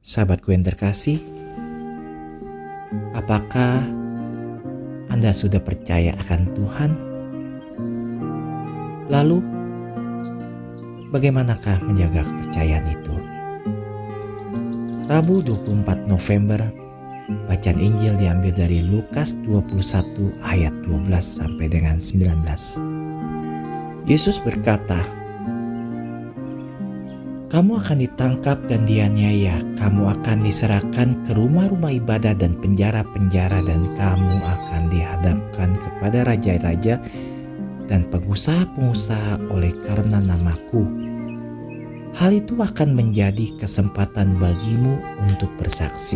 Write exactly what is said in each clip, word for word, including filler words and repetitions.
Sahabatku yang terkasih, apakah Anda sudah percaya akan Tuhan? Lalu, bagaimanakah menjaga kepercayaan itu? Rabu dua puluh empat November, bacaan Injil diambil dari Lukas dua puluh satu ayat dua belas sampai dengan sembilan belas. Yesus berkata, "Kamu akan ditangkap dan dianiaya, kamu akan diserahkan ke rumah-rumah ibadah dan penjara-penjara, dan kamu akan dihadapkan kepada raja-raja dan pengusaha-pengusaha oleh karena namaku. Hal itu akan menjadi kesempatan bagimu untuk bersaksi.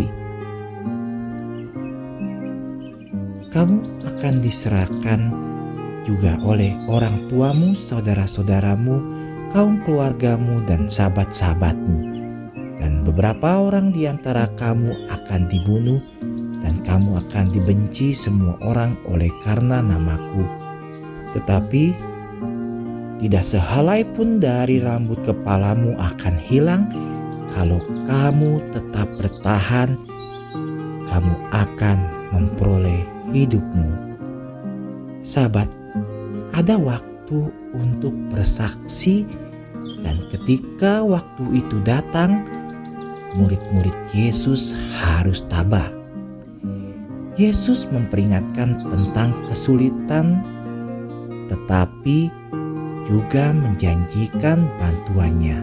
Kamu akan diserahkan juga oleh orang tuamu, saudara-saudaramu, kaum keluargamu, dan sahabat-sahabatmu. Dan beberapa orang di antara kamu akan dibunuh, dan kamu akan dibenci semua orang oleh karena namaku. Tetapi tidak sehelai pun dari rambut kepalamu akan hilang. Kalau kamu tetap bertahan, kamu akan memperoleh hidupmu." Sahabat, ada waktu untuk bersaksi, dan ketika waktu itu datang, murid-murid Yesus harus tabah. Yesus memperingatkan tentang kesulitan, tetapi juga menjanjikan bantuannya.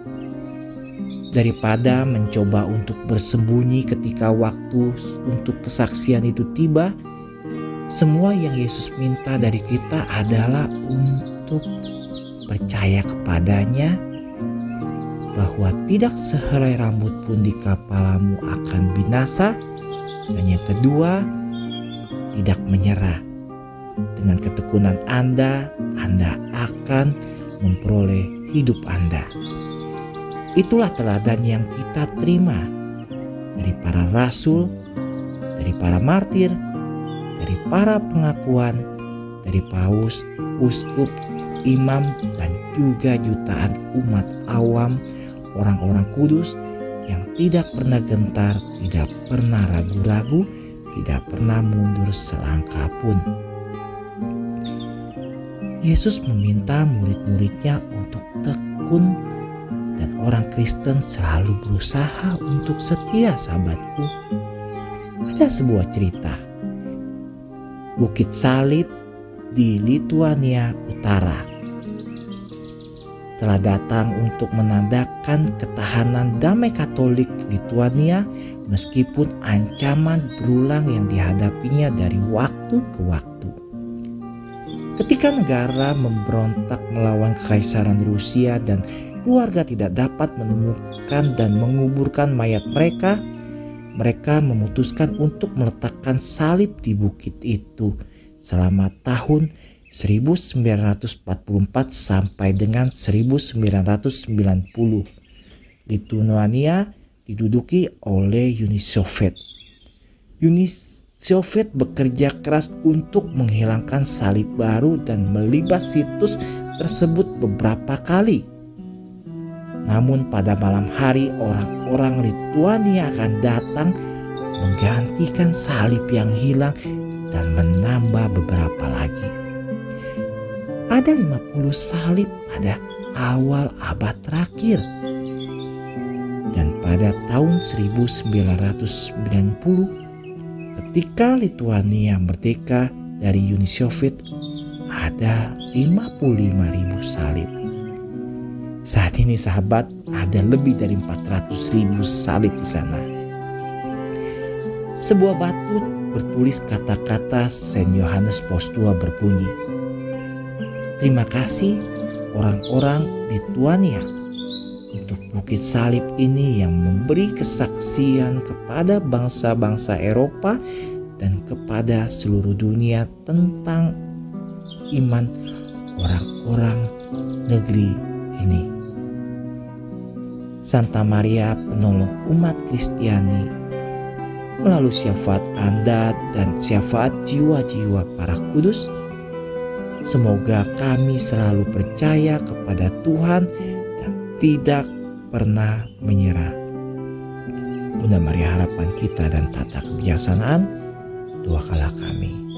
Daripada mencoba untuk bersembunyi ketika waktu untuk kesaksian itu tiba, semua yang Yesus minta dari kita adalah untuk percaya kepadanya bahwa tidak sehelai rambut pun di kepalamu akan binasa, dan yang kedua, tidak menyerah. Dengan ketekunan Anda, Anda akan memperoleh hidup Anda. Itulah teladan yang kita terima dari para rasul, dari para martir, dari para pengakuan, dari paus, uskup, imam, dan juga jutaan umat awam, orang-orang kudus yang tidak pernah gentar, tidak pernah ragu-ragu, tidak pernah mundur selangkah pun. Yesus meminta murid-muridnya untuk tekun, dan orang Kristen selalu berusaha untuk setia. Sahabatku, ada sebuah cerita. Bukit Salib di Lituania Utara telah datang untuk menandakan ketahanan damai Katolik Lituania meskipun ancaman berulang yang dihadapinya dari waktu ke waktu. Ketika negara memberontak melawan Kekaisaran Rusia dan keluarga tidak dapat menemukan dan menguburkan mayat mereka, mereka memutuskan untuk meletakkan salib di bukit itu selama tahun seribu sembilan ratus empat puluh empat sampai dengan seribu sembilan ratus sembilan puluh. Lituania diduduki oleh Uni Soviet. Uni Soviet bekerja keras untuk menghilangkan salib baru dan melibas situs tersebut beberapa kali. Namun pada malam hari, orang-orang Lituania akan datang menggantikan salib yang hilang dan menambah beberapa lagi. Ada lima puluh salib pada awal abad terakhir. Dan pada tahun seribu sembilan ratus sembilan puluh, ketika Lituania merdeka dari Uni Soviet, ada lima puluh lima ribu salib. Saat ini sahabat, ada lebih dari empat ratus ribu salib di sana. Sebuah batu bertulis kata-kata Saint Yohanes Paus kedua berbunyi, "Terima kasih orang-orang Lituania untuk bukit salib ini yang memberi kesaksian kepada bangsa-bangsa Eropa dan kepada seluruh dunia tentang iman orang-orang negeri ini." Santa Maria, penolong umat Kristiani, melalui syafaat Anda dan syafaat jiwa-jiwa para kudus, semoga kami selalu percaya kepada Tuhan dan tidak pernah menyerah. Bunda Maria harapan kita dan tata kebijaksanaan, doakanlah kami.